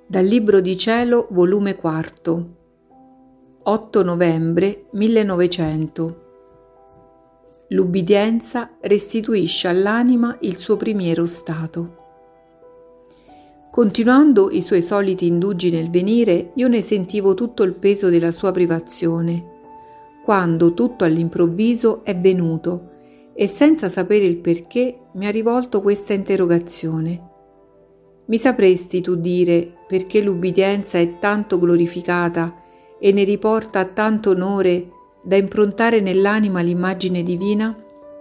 Dal Libro di Cielo, volume 4, 8 novembre 1900. L'ubbidienza restituisce all'anima il suo primiero stato. Continuando i suoi soliti indugi nel venire, io ne sentivo tutto il peso della sua privazione, quando tutto all'improvviso è venuto e senza sapere il perché mi ha rivolto questa interrogazione. Mi sapresti tu dire perché l'ubbidienza è tanto glorificata e ne riporta tanto onore da improntare nell'anima l'immagine divina?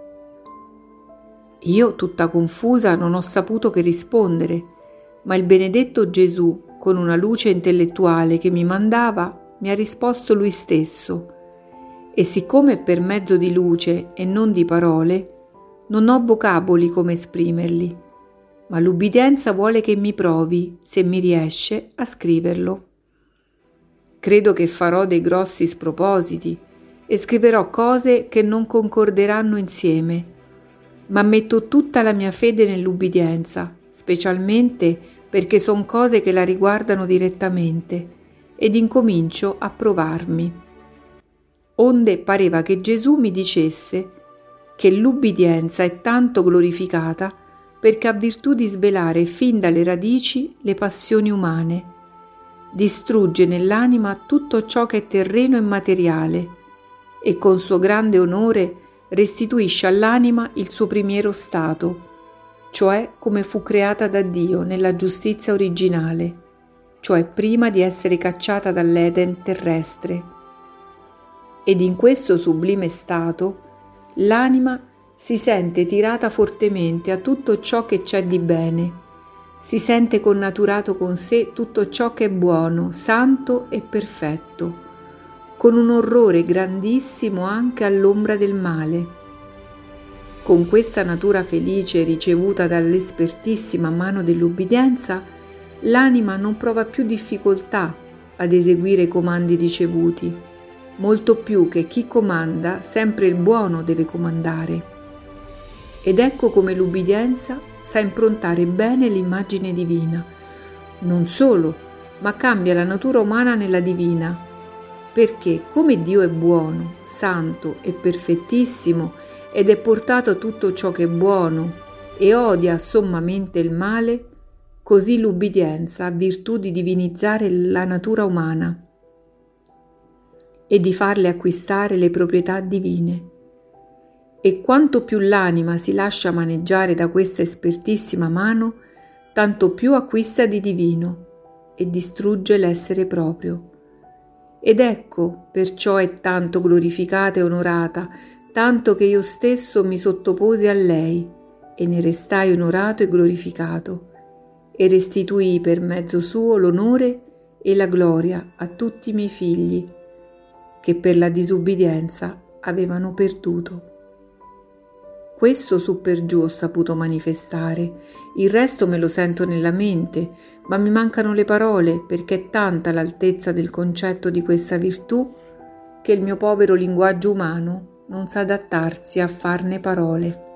Io, tutta confusa, non ho saputo che rispondere, ma il benedetto Gesù, con una luce intellettuale che mi mandava, mi ha risposto lui stesso. E siccome per mezzo di luce e non di parole, non ho vocaboli come esprimerli, ma l'ubbidienza vuole che mi provi, se mi riesce, a scriverlo. Credo che farò dei grossi spropositi e scriverò cose che non concorderanno insieme, ma metto tutta la mia fede nell'ubbidienza, specialmente perché son cose che la riguardano direttamente, ed incomincio a provarmi. Onde pareva che Gesù mi dicesse che l'ubbidienza è tanto glorificata perché ha virtù di svelare fin dalle radici le passioni umane, distrugge nell'anima tutto ciò che è terreno e materiale e con suo grande onore restituisce all'anima il suo primiero stato, cioè come fu creata da Dio nella giustizia originale, cioè prima di essere cacciata dall'Eden terrestre. Ed in questo sublime stato l'anima si sente tirata fortemente a tutto ciò che c'è di bene, si sente connaturato con sé tutto ciò che è buono, santo e perfetto, con un orrore grandissimo anche all'ombra del male. Con questa natura felice ricevuta dall'espertissima mano dell'ubbidienza, l'anima non prova più difficoltà ad eseguire i comandi ricevuti, molto più che chi comanda sempre il buono deve comandare. Ed ecco come l'ubbidienza sa improntare bene l'immagine divina. Non solo, ma cambia la natura umana nella divina, perché come Dio è buono, santo e perfettissimo ed è portato a tutto ciò che è buono e odia sommamente il male, così l'ubbidienza ha virtù di divinizzare la natura umana e di farle acquistare le proprietà divine. E quanto più l'anima si lascia maneggiare da questa espertissima mano, tanto più acquista di divino e distrugge l'essere proprio. Ed ecco, perciò è tanto glorificata e onorata, tanto che io stesso mi sottoposi a lei e ne restai onorato e glorificato, e restituii per mezzo suo l'onore e la gloria a tutti i miei figli, che per la disubbidienza avevano perduto. Questo su per giù ho saputo manifestare, il resto me lo sento nella mente, ma mi mancano le parole perché è tanta l'altezza del concetto di questa virtù che il mio povero linguaggio umano non sa adattarsi a farne parole.